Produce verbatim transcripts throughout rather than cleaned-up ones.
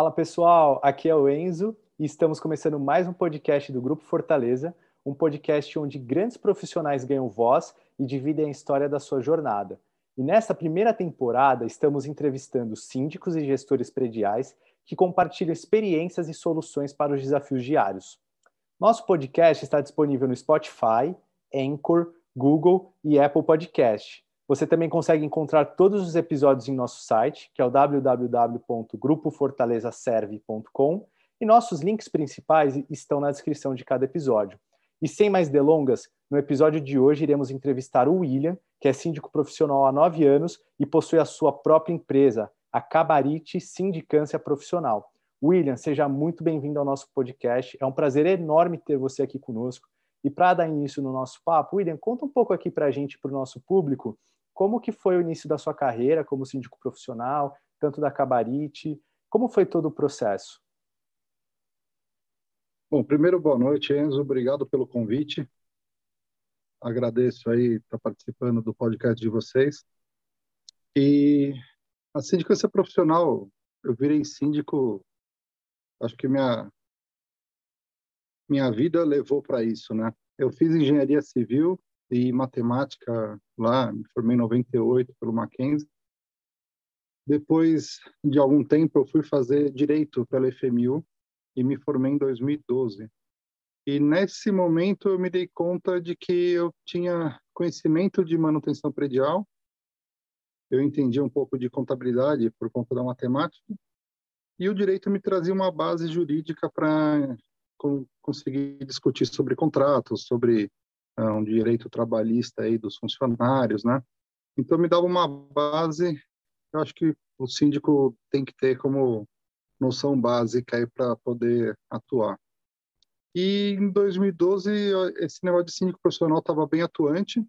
Fala pessoal, aqui é o Enzo e estamos começando mais um podcast do Grupo Fortaleza, um podcast onde grandes profissionais ganham voz e dividem a história da sua jornada. E nesta primeira temporada estamos entrevistando síndicos e gestores prediais que compartilham experiências e soluções para os desafios diários. Nosso podcast está disponível no Spotify, Anchor, Google e Apple Podcast. Você também consegue encontrar todos os episódios em nosso site, que é o w w w ponto grupo fortaleza serve ponto com, e nossos links principais estão na descrição de cada episódio. E sem mais delongas, no episódio de hoje iremos entrevistar o William, que é síndico profissional há nove anos e possui a sua própria empresa, a Cabarite Sindicância Profissional. William, seja muito bem-vindo ao nosso podcast. É um prazer enorme ter você aqui conosco. E para dar início no nosso papo, William, conta um pouco aqui para a gente, para o nosso público, como que foi o início da sua carreira como síndico profissional, tanto da Cabarite, como foi todo o processo? Bom, primeiro, boa noite, Enzo, obrigado pelo convite. Agradeço aí estar participando do podcast de vocês. E a sindicância profissional, eu virei síndico, acho que minha, minha vida levou para isso, né? Eu fiz engenharia civil e matemática lá, me formei em noventa e oito pelo Mackenzie. Depois de algum tempo, eu fui fazer direito pela F M U e me formei em dois mil e doze. E nesse momento eu me dei conta de que eu tinha conhecimento de manutenção predial, eu entendia um pouco de contabilidade por conta da matemática, e o direito me trazia uma base jurídica para conseguir discutir sobre contratos, sobre uh, um direito trabalhista aí dos funcionários, né? Então me dava uma base, eu acho que o síndico tem que ter como noção básica aí para poder atuar. E em dois mil e doze, esse negócio de síndico profissional estava bem atuante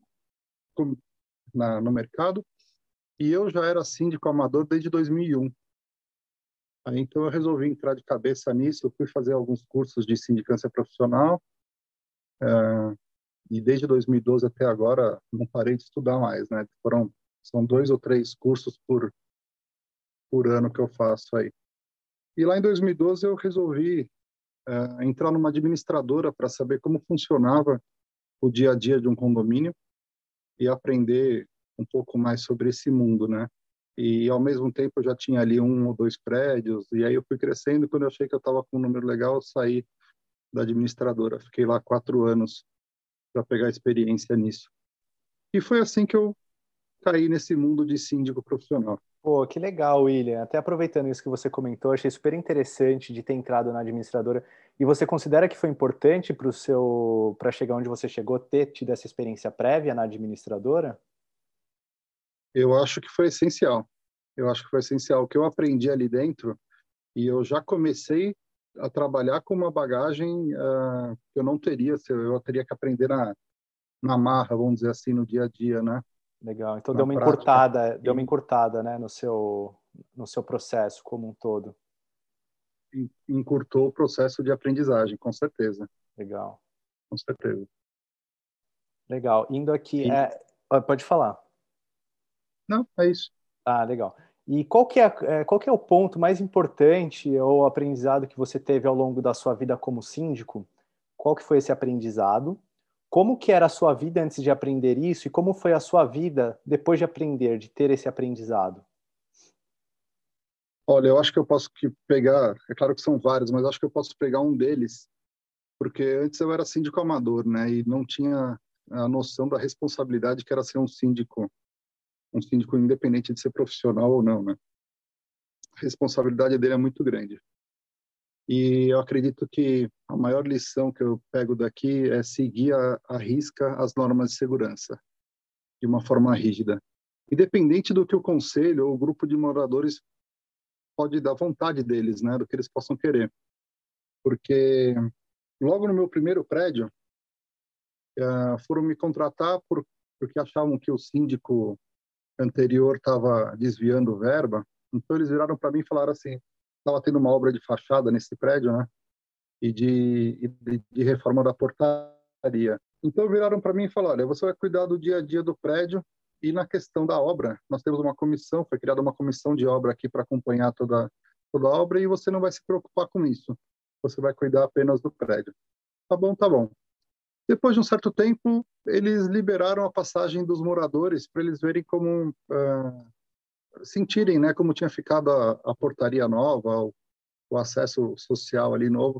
na, no mercado, e eu já era síndico amador desde dois mil e um. Aí, então eu resolvi entrar de cabeça nisso, eu fui fazer alguns cursos de sindicância profissional, uh, e desde dois mil e doze até agora não parei de estudar mais, né? Foram, são dois ou três cursos por, por ano que eu faço aí. E lá em dois mil e doze eu resolvi Uh, entrar numa administradora para saber como funcionava o dia a dia de um condomínio e aprender um pouco mais sobre esse mundo, né? E ao mesmo tempo eu já tinha ali um ou dois prédios, e aí eu fui crescendo. Quando eu achei que eu estava com um número legal, eu saí da administradora. Fiquei lá quatro anos para pegar experiência nisso. E foi assim que eu caí nesse mundo de síndico profissional. Pô, que legal, William. Até aproveitando isso que você comentou, achei super interessante de ter entrado na administradora. E você considera que foi importante para o seu, para chegar onde você chegou, ter tido essa experiência prévia na administradora? Eu acho que foi essencial. Eu acho que foi essencial. O que eu aprendi ali dentro, e eu já comecei a trabalhar com uma bagagem uh, que eu não teria, eu teria que aprender na, na marra, vamos dizer assim, no dia a dia, né? Legal. Então Na deu uma prática. encurtada, deu uma encurtada, né, no seu, no seu processo como um todo. Encurtou o processo de aprendizagem, com certeza. Legal. Com certeza. Legal. Indo aqui, E... é... pode falar. Não, é isso. Ah, legal. E qual que é, qual que é o ponto mais importante ou aprendizado que você teve ao longo da sua vida como síndico? Qual que foi esse aprendizado? Como que era a sua vida antes de aprender isso e como foi a sua vida depois de aprender, de ter esse aprendizado? Olha, eu acho que eu posso que pegar, é claro que são vários, mas acho que eu posso pegar um deles, porque antes eu era síndico amador, né, e não tinha a noção da responsabilidade que era ser um síndico, um síndico independente de ser profissional ou não, né. A responsabilidade dele é muito grande. E eu acredito que a maior lição que eu pego daqui é seguir a, a risca as normas de segurança, de uma forma rígida. Independente do que o conselho ou o grupo de moradores pode dar vontade deles, né, do que eles possam querer. Porque logo no meu primeiro prédio, uh, foram me contratar por, porque achavam que o síndico anterior estava desviando verba. Então eles viraram para mim e falaram assim, estava tendo uma obra de fachada nesse prédio, né, e de, de, de reforma da portaria. Então viraram para mim e falaram, olha, você vai cuidar do dia a dia do prédio e na questão da obra, nós temos uma comissão, foi criada uma comissão de obra aqui para acompanhar toda toda a obra e você não vai se preocupar com isso. Você vai cuidar apenas do prédio. Tá bom, tá bom. Depois de um certo tempo, eles liberaram a passagem dos moradores para eles verem como, uh, sentirem, né, como tinha ficado a, a portaria nova, o, o acesso social ali novo.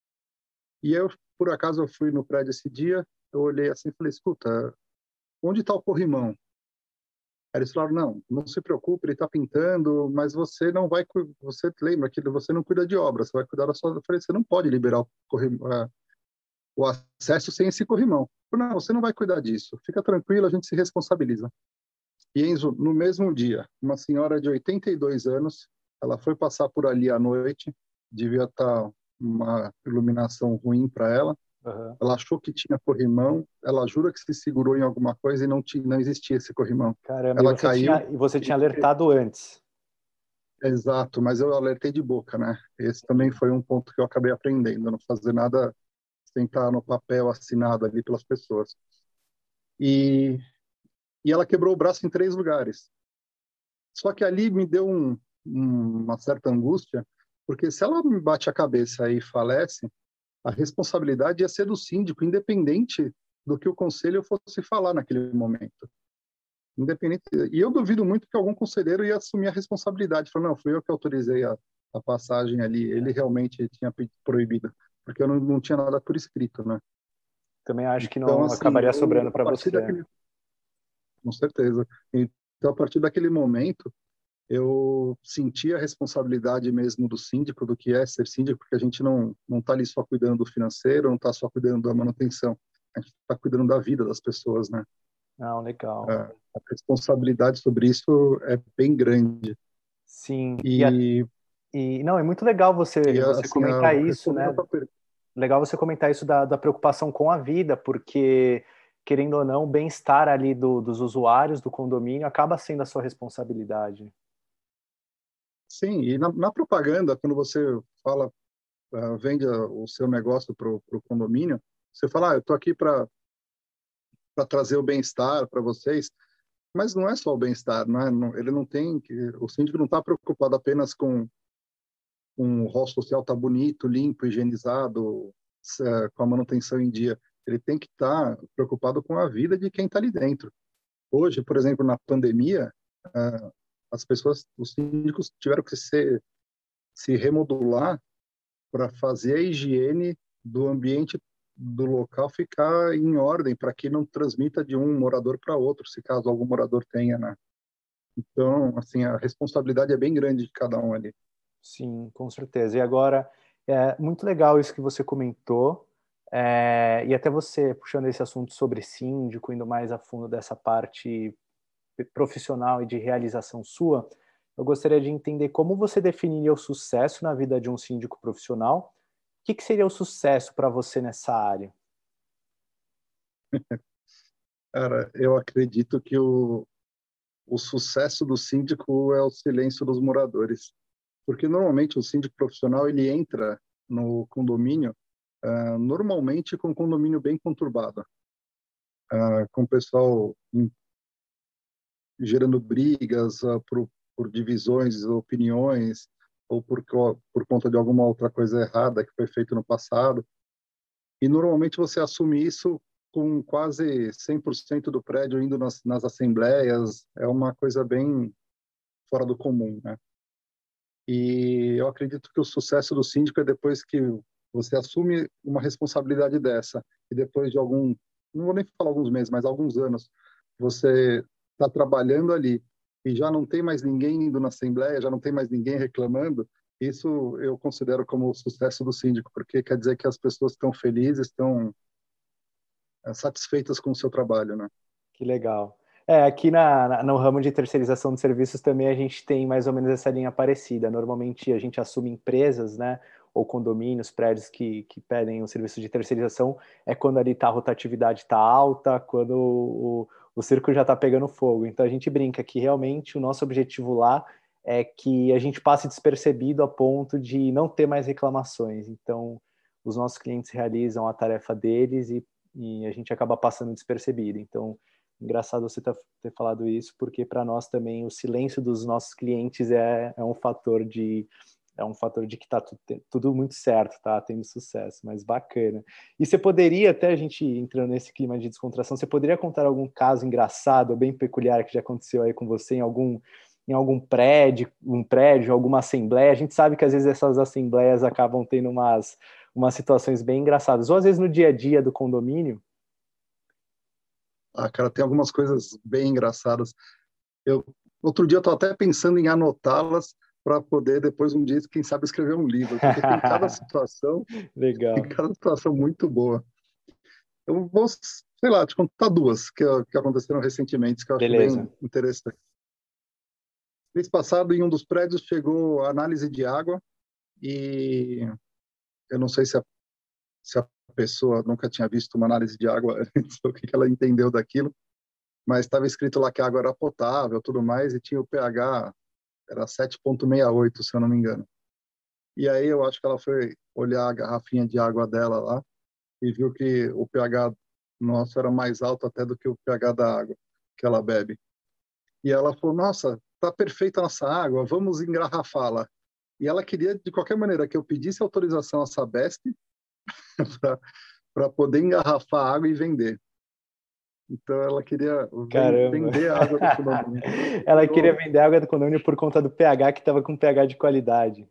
E eu, por acaso, eu fui no prédio esse dia, eu olhei assim e falei, escuta, onde está o corrimão? Aí eles falaram, não, não se preocupe, ele está pintando, mas você não vai, você lembra que você não cuida de obra, você vai cuidar da sua... Eu falei, você não pode liberar o, corrimão, o acesso sem esse corrimão. Eu falei, não, você não vai cuidar disso, fica tranquilo, a gente se responsabiliza. E Enzo, no mesmo dia, uma senhora de oitenta e dois anos, ela foi passar por ali à noite, devia estar uma iluminação ruim para ela, Uhum. ela achou que tinha corrimão, ela jura que se segurou em alguma coisa e não, tinha, não existia esse corrimão. Caramba, e Ela você caiu. tinha, e você tinha alertado antes. Exato, mas eu alertei de boca, né? Esse também foi um ponto que eu acabei aprendendo, não fazer nada sem estar no papel assinado ali pelas pessoas. E, e ela quebrou o braço em três lugares. Só que ali me deu um, um, uma certa angústia, porque se ela me bate a cabeça e falece, a responsabilidade ia ser do síndico, independente do que o conselho fosse falar naquele momento. Independente. E eu duvido muito que algum conselheiro ia assumir a responsabilidade. Falar, não, fui eu que autorizei a, a passagem ali, ele realmente tinha proibido, porque eu não, não tinha nada por escrito, né? Também acho que Então, não assim, acabaria eu, sobrando a para partir você. daquele... Com certeza. Então, a partir daquele momento, eu senti a responsabilidade mesmo do síndico, do que é ser síndico, porque a gente não não está ali só cuidando do financeiro, não está só cuidando da manutenção, a gente está cuidando da vida das pessoas, né? Não, legal. A, a responsabilidade sobre isso é bem grande. Sim, e, a- E, e não, é muito legal você e você assim, a, comentar isso, respondendo a né? tua pergunta, Legal você comentar isso da, da preocupação com a vida, porque, querendo ou não, o bem-estar ali do, dos usuários do condomínio acaba sendo a sua responsabilidade. sim, e na, na propaganda, quando você fala, uh, vende o seu negócio para o condomínio, você fala, ah, eu estou aqui para para trazer o bem-estar para vocês. Mas não é só o bem-estar, não é? Não, ele não tem que, o síndico não está preocupado apenas com, com o hall social estar tá bonito, limpo, higienizado, se- com a manutenção em dia. Ele tem que estar tá preocupado com a vida de quem está ali dentro. Hoje, por exemplo, na pandemia, ah, as pessoas, os síndicos tiveram que se, se remodular para fazer a higiene do ambiente do local ficar em ordem, para que não transmita de um morador para outro, se caso algum morador tenha, né? Então, assim, a responsabilidade é bem grande de cada um ali. Sim, com certeza. E agora, é muito legal isso que você comentou, é, e até você puxando esse assunto sobre síndico, indo mais a fundo dessa parte profissional e de realização sua, eu gostaria de entender como você definiria o sucesso na vida de um síndico profissional. O que, que seria o sucesso para você nessa área? Cara, eu acredito que o, o sucesso do síndico é o silêncio dos moradores. Porque normalmente o síndico profissional ele entra no condomínio, uh, normalmente com um condomínio bem conturbado, uh, com o pessoal em, gerando brigas uh, por, por divisões, opiniões, ou por, por conta de alguma outra coisa errada que foi feita no passado. E normalmente você assume isso com quase cem por cento do prédio indo nas, nas assembleias, é uma coisa bem fora do comum, né? E eu acredito que o sucesso do síndico é depois que você assume uma responsabilidade dessa, e depois de algum, não vou nem falar alguns meses, mas alguns anos, você está trabalhando ali e já não tem mais ninguém indo na assembleia, já não tem mais ninguém reclamando, isso eu considero como o sucesso do síndico, porque quer dizer que as pessoas estão felizes, estão satisfeitas com o seu trabalho, né? Que legal. É, aqui na, na, no ramo de terceirização de serviços também a gente tem mais ou menos essa linha parecida. Normalmente a gente assume empresas, né, ou condomínios, prédios que, que pedem o serviço de terceirização, é quando ali tá, a rotatividade está alta, quando o, o circo já está pegando fogo. Então a gente brinca que realmente o nosso objetivo lá é que a gente passe despercebido a ponto de não ter mais reclamações. Então os nossos clientes realizam a tarefa deles e, e a gente acaba passando despercebido. Então engraçado você ter falado isso, porque para nós também o silêncio dos nossos clientes é, é um fator de, é um fator de que está tudo, tudo muito certo, tá tendo sucesso, mas bacana. E você poderia, até a gente entrando nesse clima de descontração, você poderia contar algum caso engraçado, bem peculiar, que já aconteceu aí com você em algum, em algum prédio, um prédio, alguma assembleia? A gente sabe que às vezes essas assembleias acabam tendo umas, umas situações bem engraçadas, ou às vezes no dia a dia do condomínio. Ah, cara, tem algumas coisas bem engraçadas. Eu, outro dia eu tô até pensando em anotá-las para poder depois um dia, quem sabe, escrever um livro, porque tem cada situação, tem Legal. cada situação muito boa. Eu vou, sei lá, te contar duas que, que aconteceram recentemente, que eu acho Beleza. bem interessante. Mês passado, em um dos prédios, chegou a análise de água e eu não sei se a, se a pessoa nunca tinha visto uma análise de água antes, o que que ela entendeu daquilo, mas estava escrito lá que a água era potável, tudo mais, e tinha o pH, era sete vírgula sessenta e oito, se eu não me engano. E aí eu acho que ela foi olhar a garrafinha de água dela lá e viu que o pH nosso era mais alto até do que o pH da água que ela bebe. E ela falou, nossa, tá perfeita a nossa água, vamos engarrafá-la. E ela queria, de qualquer maneira, que eu pedisse autorização à Sabesp para poder engarrafar a água e vender. Então, ela queria Caramba. vender a água do condomínio. Ela queria Virou... vender água do condomínio por conta do pH, que estava com pH de qualidade.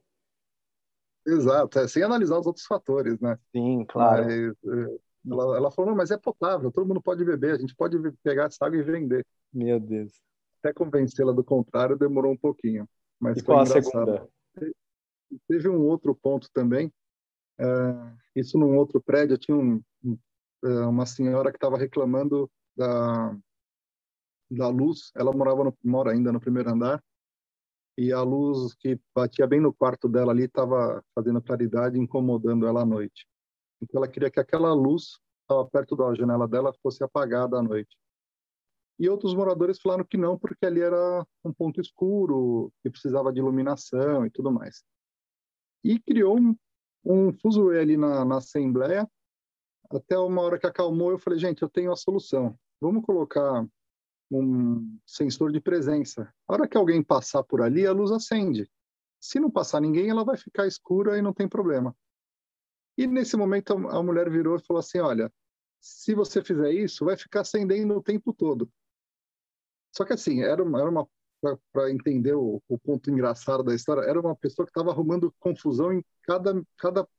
Exato, é, sem analisar os outros fatores, né? Sim, claro. Mas é, ela, ela falou, não, mas é potável, todo mundo pode beber, a gente pode pegar essa água e vender. Meu Deus. Até convencê-la do contrário demorou um pouquinho, E mas foi qual a engraçado. segunda? Teve um outro ponto também, é, isso num outro prédio, tinha um, um, é, uma senhora que estava reclamando da, da luz, ela morava no, mora ainda no primeiro andar, e a luz que batia bem no quarto dela ali estava fazendo claridade, incomodando ela à noite. Então ela queria que aquela luz que estava perto da janela dela fosse apagada à noite. E outros moradores falaram que não, porque ali era um ponto escuro, que precisava de iluminação e tudo mais. E criou um, um fuzuê ali na, na Assembleia, até uma hora que acalmou, eu falei, gente, eu tenho a solução. Vamos colocar um sensor de presença. A hora que alguém passar por ali, a luz acende. Se não passar ninguém, ela vai ficar escura e não tem problema. E nesse momento a mulher virou e falou assim, olha, se você fizer isso, vai ficar acendendo o tempo todo. Só que assim, era uma, era uma para entender o, o ponto engraçado da história, era uma pessoa que estava arrumando confusão em cada, cada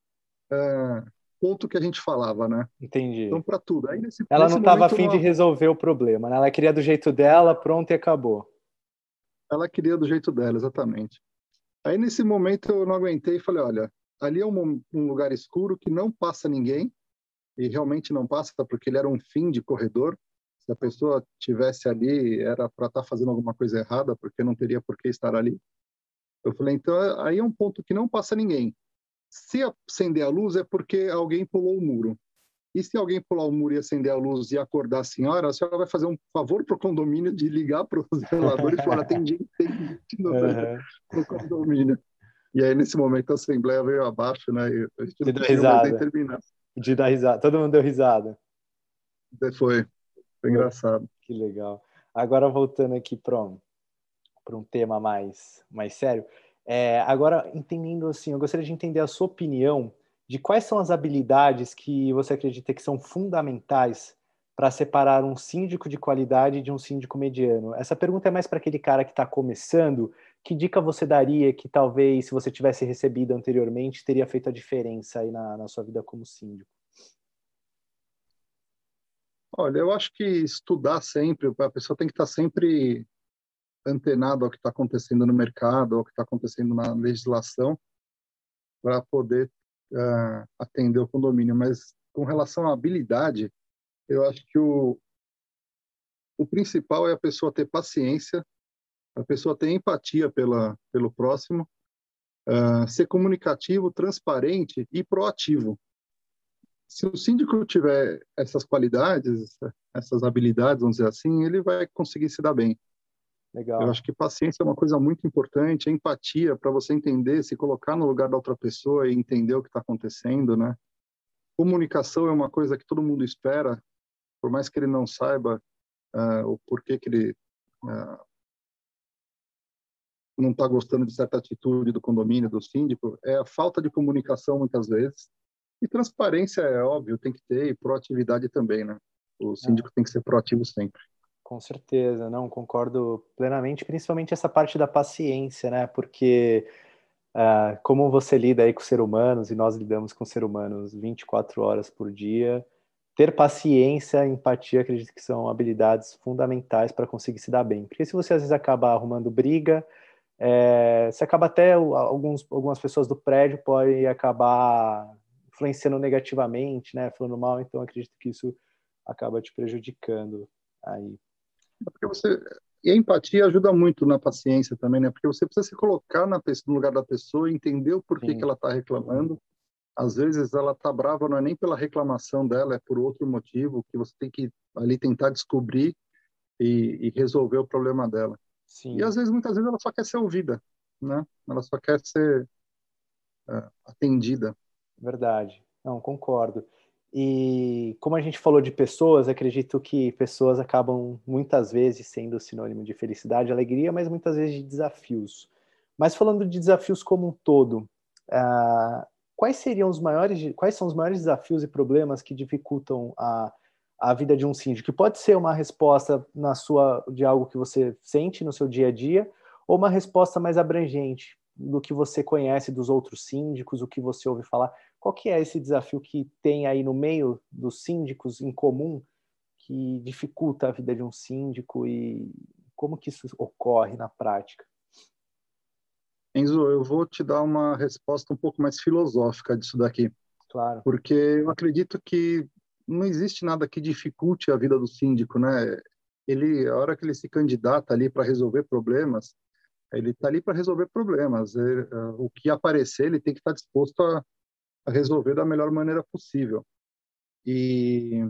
é, ponto que a gente falava, né? Então, Entendi. para tudo. Aí, nesse, Ela não nesse estava momento, afim de não, resolver o problema, né? Ela queria do jeito dela, pronto e acabou. ela queria do jeito dela, exatamente. Aí, nesse momento, eu não aguentei e falei, olha, ali é um, um lugar escuro que não passa ninguém, e realmente não passa, porque ele era um fim de corredor. Se a pessoa tivesse ali, era para estar fazendo alguma coisa errada, porque não teria por que estar ali. Eu falei, então, aí é um ponto que não passa ninguém. Se acender a luz é porque alguém pulou o muro. E se alguém pular o muro e acender a luz e acordar a senhora, a senhora vai fazer um favor para o condomínio de ligar para o zelador e falar, tem gente, tem gente no, Uhum. no condomínio. E aí, nesse momento, a Assembleia veio abaixo, né? E a gente De não dar conseguiu mais nem risada. terminar. De dar risada. Todo mundo deu risada. Foi, foi Pô, engraçado. que legal. Agora voltando aqui para um, para um tema mais, mais sério. É, agora, entendendo assim, eu gostaria de entender a sua opinião de quais são as habilidades que você acredita que são fundamentais para separar um síndico de qualidade de um síndico mediano. Essa pergunta é mais para aquele cara que está começando. Que dica você daria que talvez, se você tivesse recebido anteriormente, teria feito a diferença aí na, na sua vida como síndico? Olha, eu acho que estudar sempre, a pessoa tem que estar sempre antenada ao que está acontecendo no mercado, ao que está acontecendo na legislação, para poder uh, atender o condomínio. Mas com relação à habilidade, eu acho que o, o principal é a pessoa ter paciência, a pessoa ter empatia pela, pelo próximo, uh, ser comunicativo, transparente e proativo. Se o síndico tiver essas qualidades, essas habilidades, vamos dizer assim, ele vai conseguir se dar bem. Eu Legal. acho que paciência é uma coisa muito importante, a empatia para você entender, se colocar no lugar da outra pessoa e entender o que está acontecendo, né? Comunicação é uma coisa que todo mundo espera, por mais que ele não saiba uh, o porquê que ele uh, não está gostando de certa atitude do condomínio, do síndico, é a falta de comunicação muitas vezes. E transparência é óbvio, tem que ter, e proatividade também, né? O Ah, síndico tem que ser proativo sempre. com certeza, não, concordo plenamente, principalmente essa parte da paciência, né? Porque ah, como você lida aí com seres humanos, e nós lidamos com seres humanos vinte e quatro horas por dia, ter paciência e empatia, acredito que são habilidades fundamentais para conseguir se dar bem. Porque se você às vezes acaba arrumando briga, é, você acaba até, alguns, algumas pessoas do prédio podem acabar influenciando negativamente, né? Falando mal, então acredito que isso acaba te prejudicando aí. Porque você... E a empatia ajuda muito na paciência também, né? Porque você precisa se colocar na pessoa, no lugar da pessoa, entender o porquê que Sim, ela está reclamando. Às vezes ela está brava, não é nem pela reclamação dela, é por outro motivo que você tem que ali tentar descobrir e, e resolver o problema dela. E sim, às vezes, muitas vezes, ela só quer ser ouvida, né? Ela só quer ser uh, atendida. verdade. Não, concordo. E como a gente falou de pessoas, acredito que pessoas acabam muitas vezes sendo sinônimo de felicidade e alegria, mas muitas vezes de desafios. Mas falando de desafios como um todo, ah, quais seriam os maiores, quais são os maiores desafios e problemas que dificultam a, a vida de um síndico? Que pode ser uma resposta na sua de algo que você sente no seu dia a dia, ou uma resposta mais abrangente do que você conhece dos outros síndicos, o que você ouve falar. Qual que é esse desafio que tem aí no meio dos síndicos em comum que dificulta a vida de um síndico e como que isso ocorre na prática? Enzo, eu vou te dar uma resposta um pouco mais filosófica disso daqui, Claro. porque eu acredito que não existe nada que dificulte a vida do síndico, né? Ele, a hora que ele se candidata ali para resolver problemas, ele está ali para resolver problemas. Ele, uh, o que aparecer, ele tem que estar disposto a, a resolver da melhor maneira possível. E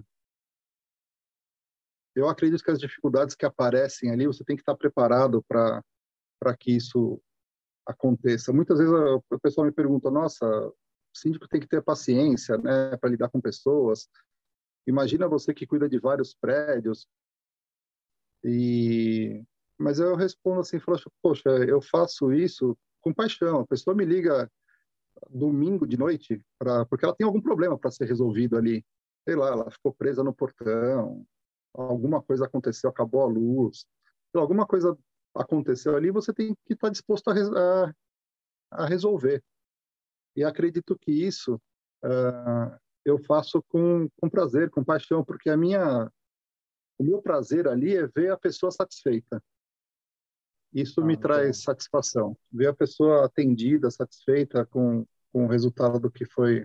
eu acredito que as dificuldades que aparecem ali, você tem que estar preparado para para que isso aconteça. Muitas vezes o pessoal me pergunta: nossa, o síndico tem que ter paciência, né, para lidar com pessoas. Imagina você que cuida de vários prédios. E mas eu respondo assim, falo, poxa, eu faço isso com paixão. A pessoa me liga domingo de noite para porque ela tem algum problema para ser resolvido ali. Sei lá, ela ficou presa no portão, alguma coisa aconteceu, acabou a luz, alguma coisa aconteceu ali, você tem que estar disposto a, a, a resolver. E acredito que isso uh, eu faço com, com prazer, com paixão, porque a minha, o meu prazer ali é ver a pessoa satisfeita. Isso Ah, me legal. traz satisfação. Ver a pessoa atendida, satisfeita com, com o resultado do que foi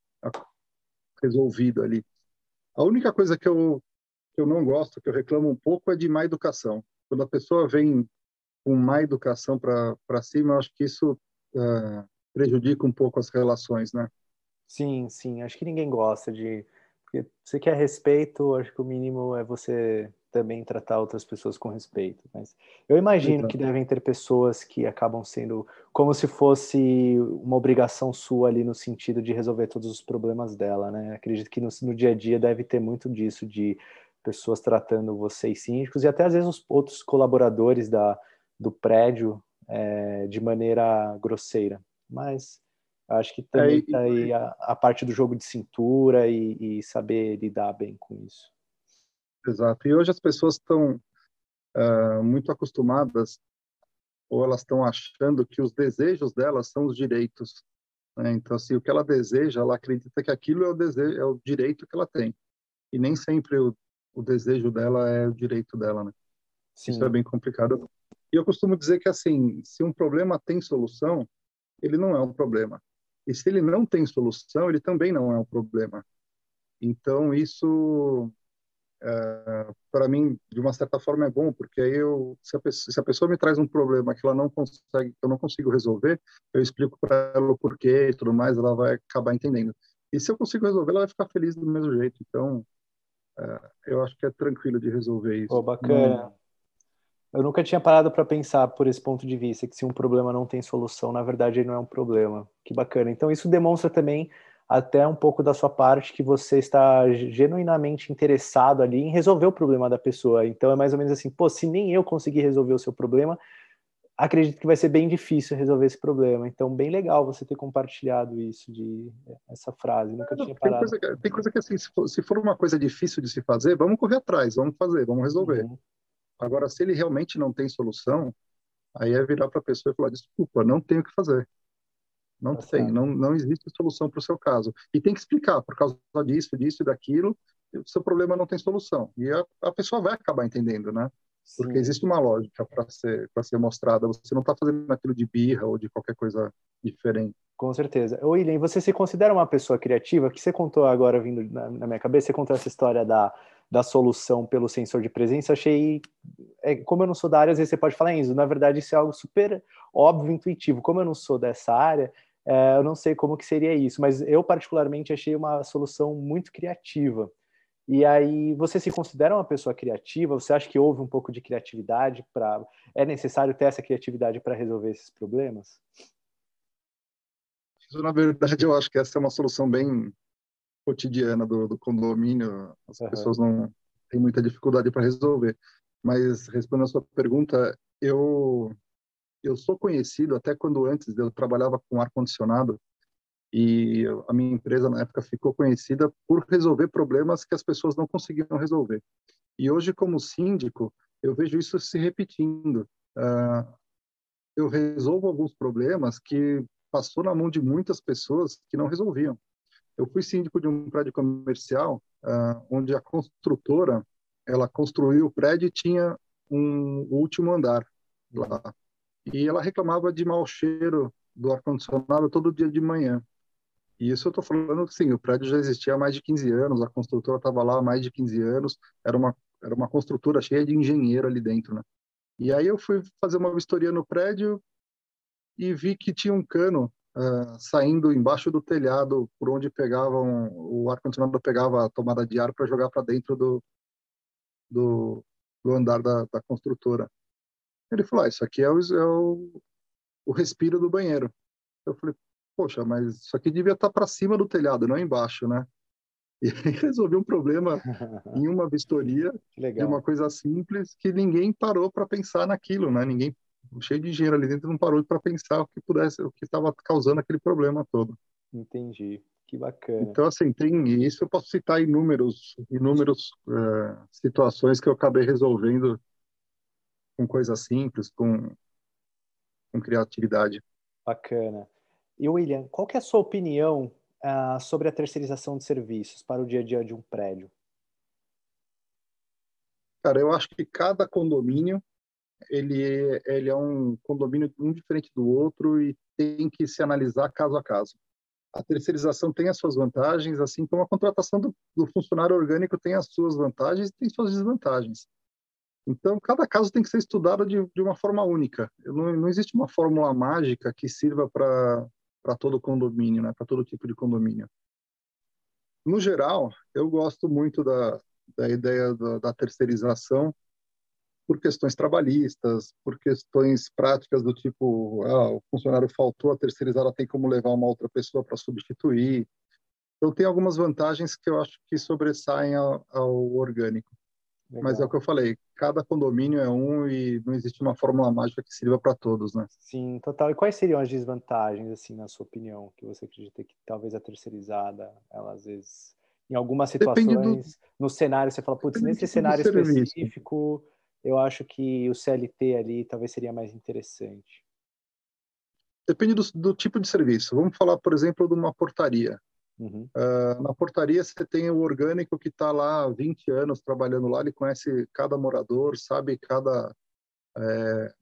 resolvido ali. A única coisa que eu, que eu não gosto, que eu reclamo um pouco, é de má educação. Quando a pessoa vem com má educação para cima, eu acho que isso uh, prejudica um pouco as relações, né? Sim, sim. Acho que ninguém gosta de. Porque você quer respeito, acho que o mínimo é você também tratar outras pessoas com respeito. Mas eu imagino que Exato. devem ter pessoas que acabam sendo como se fosse uma obrigação sua ali no sentido de resolver todos os problemas dela, né? Acredito que no, no dia a dia deve ter muito disso, de pessoas tratando vocês síndicos e até às vezes os outros colaboradores da, do prédio é, de maneira grosseira. Mas acho que É, também e, está aí a, a parte do jogo de cintura e, e saber lidar bem com isso. exato. E hoje as pessoas estão uh, muito acostumadas, ou elas estão achando que os desejos delas são os direitos, né? Então, assim, o que ela deseja, ela acredita que aquilo é o desejo, é o direito que ela tem. E nem sempre o, o desejo dela é o direito dela, né? Isso é Sim, bem complicado. E eu costumo dizer que, assim, se um problema tem solução, ele não é um problema. E se ele não tem solução, ele também não é um problema. Então, isso, para mim, de uma certa forma, é bom, porque aí eu, se a, pessoa, se a pessoa me traz um problema que ela não consegue, que eu não consigo resolver, eu explico para ela o porquê e tudo mais, ela vai acabar entendendo. E se eu consigo resolver, ela vai ficar feliz do mesmo jeito. Então, eu acho que é tranquilo de resolver pô, isso. bacana. Não, Eu nunca tinha parado para pensar por esse ponto de vista, que se um problema não tem solução, na verdade ele não é um problema. Que bacana. Então isso demonstra também até um pouco da sua parte que você está genuinamente interessado ali em resolver o problema da pessoa. Então é mais ou menos assim, pô, se nem eu conseguir resolver o seu problema, acredito que vai ser bem difícil resolver esse problema. Então, bem legal você ter compartilhado isso, de essa frase. Nunca tinha Tem parado. coisa, que- tem coisa que, assim, se for, se for uma coisa difícil de se fazer, vamos correr atrás, vamos fazer, vamos resolver. Uhum, Agora, se ele realmente não tem solução, aí é virar para a pessoa e falar, desculpa, não tenho o que fazer. Não tá tem, não, certo. não existe solução para o seu caso. E tem que explicar, por causa disso, disso e daquilo, o seu problema não tem solução. E a, a pessoa vai acabar entendendo, né? Porque Sim, existe uma lógica para ser, para ser mostrada. Você não está fazendo aquilo de birra ou de qualquer coisa diferente. com certeza. Ô, William, você se considera uma pessoa criativa? Que você contou agora, vindo na, na minha cabeça, você contou essa história da, da solução pelo sensor de presença. Achei, é, como eu não sou da área, às vezes você pode falar, Enzo, na verdade isso é algo super óbvio, intuitivo. Como eu não sou dessa área, é, eu não sei como que seria isso, mas eu particularmente achei uma solução muito criativa. E aí, você se considera uma pessoa criativa? Você acha que houve um pouco de criatividade para... É necessário ter essa criatividade para resolver esses problemas? Isso, na verdade, eu acho que essa é uma solução bem cotidiana do, do condomínio. As Aham. pessoas não têm muita dificuldade para resolver. Mas, respondendo a sua pergunta, eu, eu sou conhecido, até quando antes eu trabalhava com ar-condicionado, e a minha empresa, na época, ficou conhecida por resolver problemas que as pessoas não conseguiam resolver. E hoje, como síndico, eu vejo isso se repetindo. Uh, eu resolvo alguns problemas que passou na mão de muitas pessoas que não resolviam. Eu fui síndico de um prédio comercial, uh, onde a construtora, ela construiu o prédio e tinha um último andar Uhum. lá. E ela reclamava de mau cheiro do ar-condicionado todo dia de manhã. E isso eu estou falando que, sim, o prédio já existia há mais de quinze anos, a construtora estava lá há mais de quinze anos, era uma, era uma construtora cheia de engenheiro ali dentro, né? E aí eu fui fazer uma vistoria no prédio e vi que tinha um cano uh, saindo embaixo do telhado, por onde pegavam, o ar-condicionado pegava a tomada de ar para jogar para dentro do, do, do andar da, da construtora. Ele falou, ah, isso aqui é o, é o, o respiro do banheiro. Eu falei, poxa, mas isso aqui devia estar para cima do telhado, não embaixo, né? E aí resolvi um problema em uma vistoria Que de uma legal. coisa simples que ninguém parou para pensar naquilo, né? Ninguém, cheio de engenheiro ali dentro, não parou para pensar o que pudesse, o que estava causando aquele problema todo. Entendi. Que bacana. Então, assim, tem isso. Eu posso citar inúmeros, inúmeros uh, situações que eu acabei resolvendo com coisas simples, com, com criatividade. Bacana. E William, qual que é a sua opinião ah, sobre a terceirização de serviços para o dia a dia de um prédio? Cara, eu acho que cada condomínio ele é, ele é um condomínio um diferente do outro e tem que se analisar caso a caso. A terceirização tem as suas vantagens, assim como a contratação do, do funcionário orgânico tem as suas vantagens e tem suas desvantagens. Então, cada caso tem que ser estudado de, de uma forma única. Não, não existe uma fórmula mágica que sirva para para todo condomínio, né? Para todo tipo de condomínio. No geral, eu gosto muito da, da ideia da, da terceirização por questões trabalhistas, por questões práticas do tipo, ah, o funcionário faltou, a terceirizada tem como levar uma outra pessoa para substituir. Então, tem algumas vantagens que eu acho que sobressaem ao, ao orgânico. Mas é o Legal. que eu falei, cada condomínio é um e não existe uma fórmula mágica que sirva para todos, né? Sim, total. E quais seriam as desvantagens, assim, na sua opinião, que você acredita que talvez a terceirizada, ela às vezes, em algumas Depende do, situações, no cenário, você fala, putz, depende do nesse tipo de cenário serviço. específico, eu acho que o C L T ali talvez seria mais interessante. Depende do, do tipo de serviço. Vamos falar, por exemplo, de uma portaria. Uhum. Uh, na portaria você tem o orgânico que está lá há vinte anos trabalhando lá, ele conhece cada morador, sabe cada é,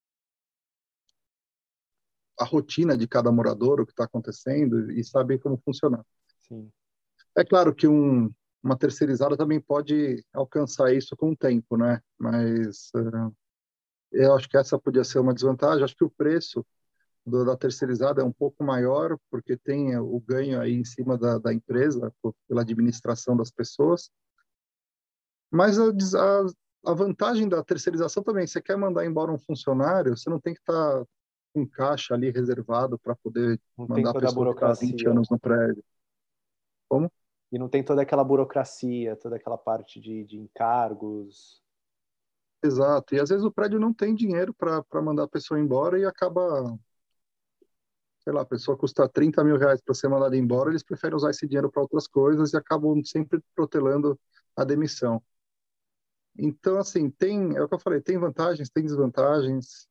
a rotina de cada morador, o que está acontecendo e sabe como funcionar. Sim. É claro que um, uma terceirizada também pode alcançar isso com o tempo, né? Mas uh, eu acho que essa podia ser uma desvantagem. Acho que o preço do, da terceirizada é um pouco maior, porque tem o ganho aí em cima da, da empresa, por, pela administração das pessoas. Mas a, a, a vantagem da terceirização também, você quer mandar embora um funcionário, você não tem que estar com caixa ali reservado para poder Não tem mandar a toda a pessoa ficar vinte burocracia. anos no prédio. Como? E não tem toda aquela burocracia, toda aquela parte de, de encargos. Exato. E às vezes o prédio não tem dinheiro para para mandar a pessoa embora e acaba, sei lá, a pessoa custa trinta mil reais para ser mandada embora, eles preferem usar esse dinheiro para outras coisas e acabam sempre protelando a demissão. Então, assim, tem, é o que eu falei, tem vantagens, tem desvantagens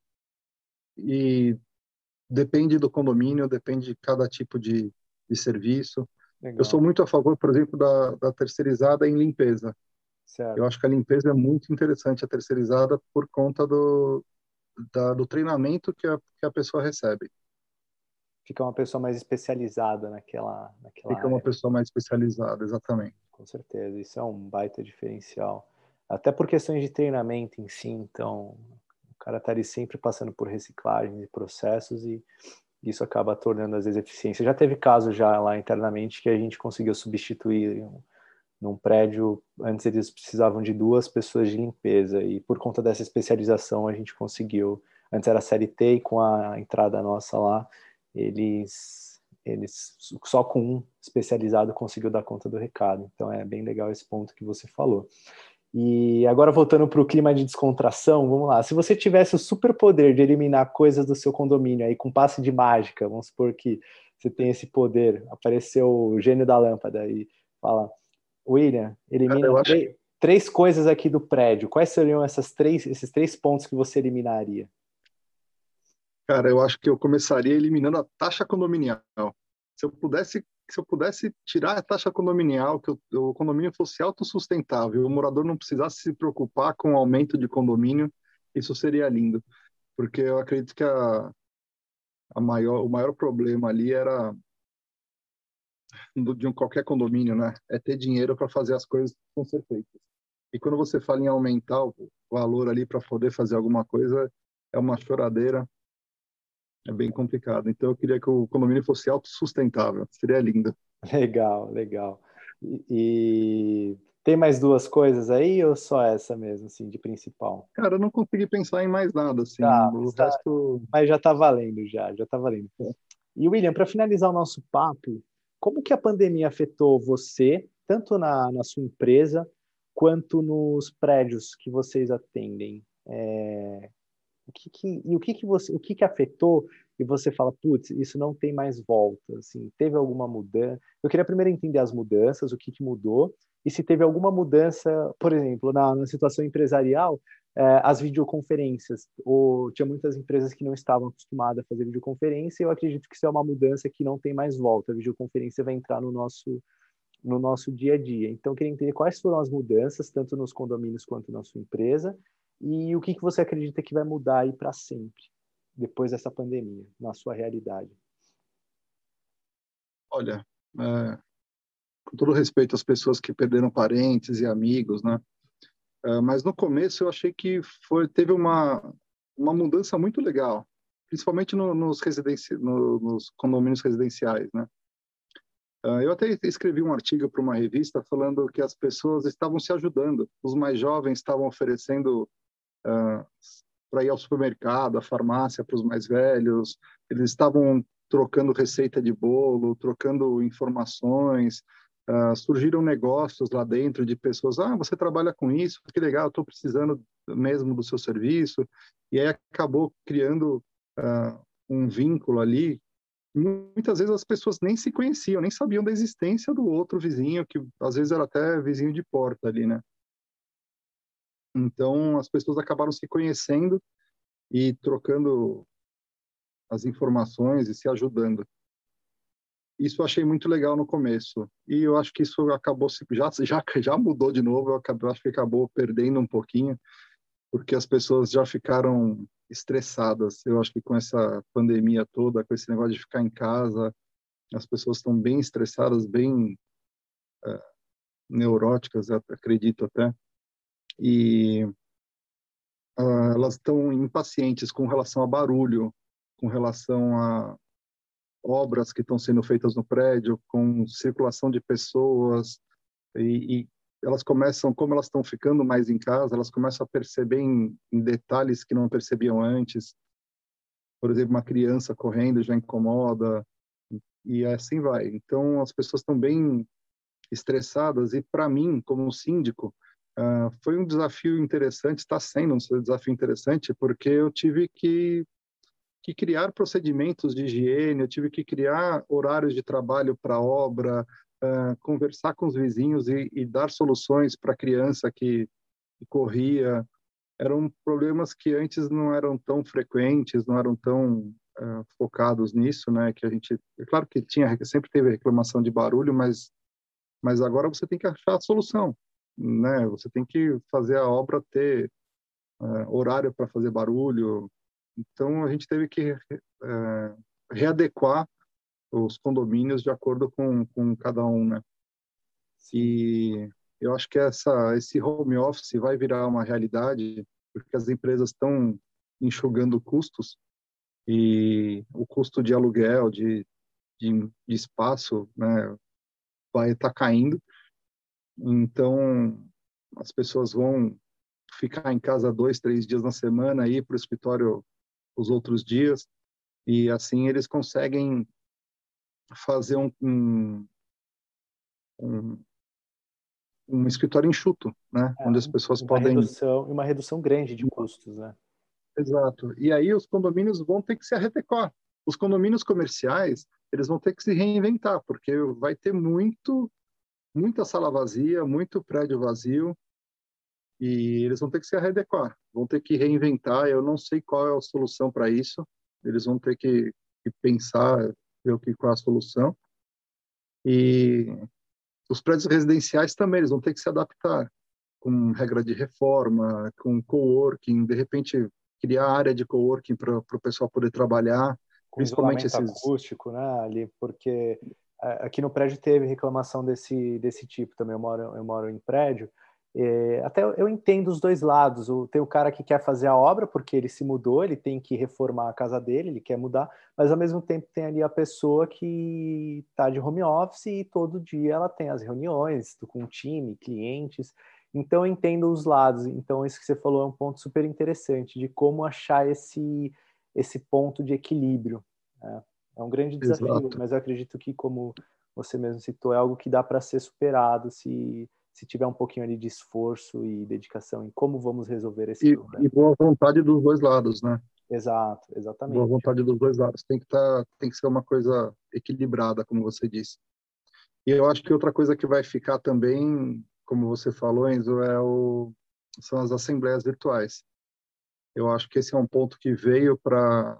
e depende do condomínio, depende de cada tipo de, de serviço. Eu sou Legal, muito a favor, por exemplo, da, da terceirizada em limpeza. Eu certo. acho que a limpeza é muito interessante, a terceirizada, por conta do, da, do treinamento que a, que a pessoa recebe. Fica uma pessoa mais especializada naquela, naquela Fica uma área. pessoa mais especializada, exatamente. Com certeza, isso é um baita diferencial. Até por questões de treinamento em si, então, o cara está ali sempre passando por reciclagens e processos e isso acaba tornando, às vezes, eficiência. Já teve casos já lá internamente que a gente conseguiu substituir um, num prédio, antes eles precisavam de duas pessoas de limpeza e por conta dessa especialização a gente conseguiu, antes era C L T e com a entrada nossa lá, eles, eles só com um especializado conseguiu dar conta do recado. Então é bem legal esse ponto que você falou. E agora voltando para o clima de descontração, vamos lá. Se você tivesse o superpoder de eliminar coisas do seu condomínio aí com passe de mágica, vamos supor que você tem esse poder, apareceu o gênio da lâmpada e fala, William, Cara, elimina eu acho, três, três coisas aqui do prédio. Quais seriam essas três, esses três pontos que você eliminaria? cara, eu acho que eu começaria eliminando a taxa condominial. Se eu pudesse, se eu pudesse tirar a taxa condominial, que o, o condomínio fosse autossustentável, o morador não precisasse se preocupar com o aumento de condomínio, isso seria lindo, porque eu acredito que a, a maior, o maior problema ali era do- de um qualquer condomínio, né? É ter dinheiro para fazer as coisas que vão ser feitas. E quando você fala em aumentar o valor ali para poder fazer alguma coisa, é uma choradeira, é bem complicado. Então eu queria que o condomínio fosse autossustentável, seria lindo. Legal, legal. E, e tem mais duas coisas aí ou só essa mesmo, assim, de principal? Cara, eu não consegui pensar em mais nada, assim. Tá, O mas, tá, resto, mas já tá valendo, já, já tá valendo. E William, para finalizar o nosso papo, como que a pandemia afetou você, tanto na, na sua empresa, quanto nos prédios que vocês atendem? É, o que que, e o que que você, o que que afetou e você fala, putz, isso não tem mais volta, assim, teve alguma mudança? Eu queria primeiro entender as mudanças, o que que mudou, e se teve alguma mudança, por exemplo, na, na situação empresarial, eh, as videoconferências, ou tinha muitas empresas que não estavam acostumadas a fazer videoconferência, e eu acredito que isso é uma mudança que não tem mais volta, a videoconferência vai entrar no nosso no nosso dia a dia. Então, eu queria entender quais foram as mudanças, tanto nos condomínios quanto na sua empresa, e o que, que você acredita que vai mudar aí para sempre, depois dessa pandemia, na sua realidade. olha, é, com todo respeito às pessoas que perderam parentes e amigos, né? É, mas no começo eu achei que foi, teve uma, uma mudança muito legal, principalmente no, nos, residenci, no, nos condomínios residenciais, né? É, eu até escrevi um artigo para uma revista falando que as pessoas estavam se ajudando. Os mais jovens estavam oferecendo para ir ao supermercado, à farmácia para os mais velhos. Eles estavam trocando receita de bolo, trocando informações. Uh, surgiram negócios lá dentro de pessoas. Ah, você trabalha com isso? Que legal, estou precisando mesmo do seu serviço. E aí acabou criando uh, um vínculo ali. Muitas vezes as pessoas nem se conheciam, nem sabiam da existência do outro vizinho, que às vezes era até vizinho de porta ali, né? Então as pessoas acabaram se conhecendo e trocando as informações e se ajudando. Isso eu achei muito legal no começo. E eu acho que isso acabou se já já já mudou de novo, eu acabou, acho que acabou perdendo um pouquinho, porque as pessoas já ficaram estressadas. Eu acho que com essa pandemia toda, com esse negócio de ficar em casa, as pessoas estão bem estressadas, bem uh, neuróticas, acredito até. E uh, elas estão impacientes com relação a barulho, com relação a obras que estão sendo feitas no prédio, com circulação de pessoas, e, e elas começam, como elas estão ficando mais em casa, elas começam a perceber em, em detalhes que não percebiam antes. Por exemplo, uma criança correndo já incomoda, e assim vai. Então, as pessoas estão bem estressadas, e para mim, como síndico, Uh, foi um desafio interessante, está sendo um desafio interessante, porque eu tive que, que criar procedimentos de higiene, eu tive que criar horários de trabalho para a obra, uh, conversar com os vizinhos e, e dar soluções para a criança que, que corria. Eram problemas que antes não eram tão frequentes, não eram tão uh, focados nisso, né? Que a gente, é claro que tinha, sempre teve reclamação de barulho, mas, mas agora você tem que achar a solução, né? Você tem que fazer a obra ter uh, horário para fazer barulho. Então a gente teve que uh, readequar os condomínios de acordo com, com cada um, né? E eu acho que essa, esse home office vai virar uma realidade, porque as empresas estão enxugando custos e o custo de aluguel, de, de, de espaço, né, vai estar tá caindo. Então, as pessoas vão ficar em casa dois, três dias na semana, ir para o escritório os outros dias, e assim eles conseguem fazer um, um, um um escritório enxuto, né? É, Onde as pessoas uma podem... redução, uma redução grande de custos, né? Exato. E aí os condomínios vão ter que se adequar. Os condomínios comerciais, eles vão ter que se reinventar, porque vai ter muito, muita sala vazia, muito prédio vazio, e eles vão ter que se adequar, vão ter que reinventar. Eu não sei qual é a solução para isso. Eles vão ter que, que pensar, ver o que, qual é a solução. E os prédios residenciais também, eles vão ter que se adaptar com regra de reforma, com coworking, de repente criar área de coworking para o pessoal poder trabalhar, Com principalmente isolamento esses... acústico, né, ali, porque aqui no prédio teve reclamação desse, desse tipo também. Eu moro, eu moro em prédio. É, até eu entendo os dois lados. O, tem o cara que quer fazer a obra porque ele se mudou, ele tem que reformar a casa dele, ele quer mudar, mas ao mesmo tempo tem ali a pessoa que está de home office e todo dia ela tem as reuniões com o time, clientes. Então eu entendo os lados. Então isso que você falou é um ponto super interessante de como achar esse, esse ponto de equilíbrio. Né? É um grande desafio, Exato. mas eu acredito que, como você mesmo citou, é algo que dá para ser superado se se tiver um pouquinho ali de esforço e dedicação em como vamos resolver esse E, problema. e boa vontade dos dois lados, né? Exato, Boa exatamente. vontade dos dois lados. Tem que tá, tem que ser uma coisa equilibrada, como você disse. E eu acho que outra coisa que vai ficar também, como você falou, Enzo, é o, são as assembleias virtuais. Eu acho que esse é um ponto que veio para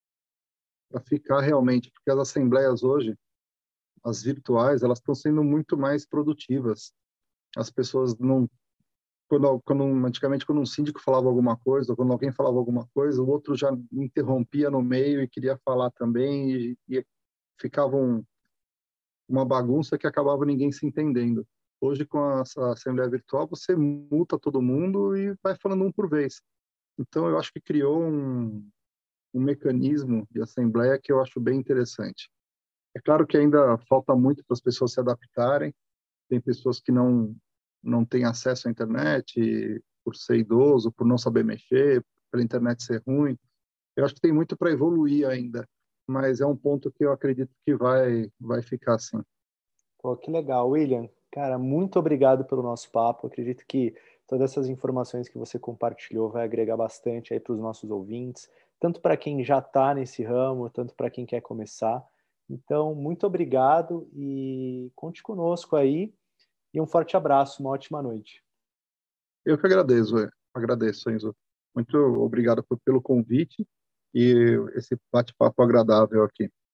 para ficar realmente, porque as assembleias hoje, as virtuais, elas estão sendo muito mais produtivas. As pessoas não, quando, quando antigamente quando um síndico falava alguma coisa, ou quando alguém falava alguma coisa, o outro já interrompia no meio e queria falar também, e, e ficava um, uma bagunça que acabava ninguém se entendendo. Hoje, com essa assembleia virtual, você multa todo mundo e vai falando um por vez. Então, eu acho que criou um, um mecanismo de assembleia que eu acho bem interessante. É claro que ainda falta muito para as pessoas se adaptarem. Tem pessoas que não não têm acesso à internet por ser idoso, por não saber mexer, pela internet ser ruim. Eu acho que tem muito para evoluir ainda, mas é um ponto que eu acredito que vai vai ficar assim. Pô, que legal, William. Cara, muito obrigado pelo nosso papo. Acredito que todas essas informações que você compartilhou vai agregar bastante aí para os nossos ouvintes, tanto para quem já está nesse ramo, tanto para quem quer começar. Então, muito obrigado e conte conosco aí. E um forte abraço, uma ótima noite. Eu que agradeço, é. Agradeço, Enzo. Muito obrigado por, pelo convite e esse bate-papo agradável aqui.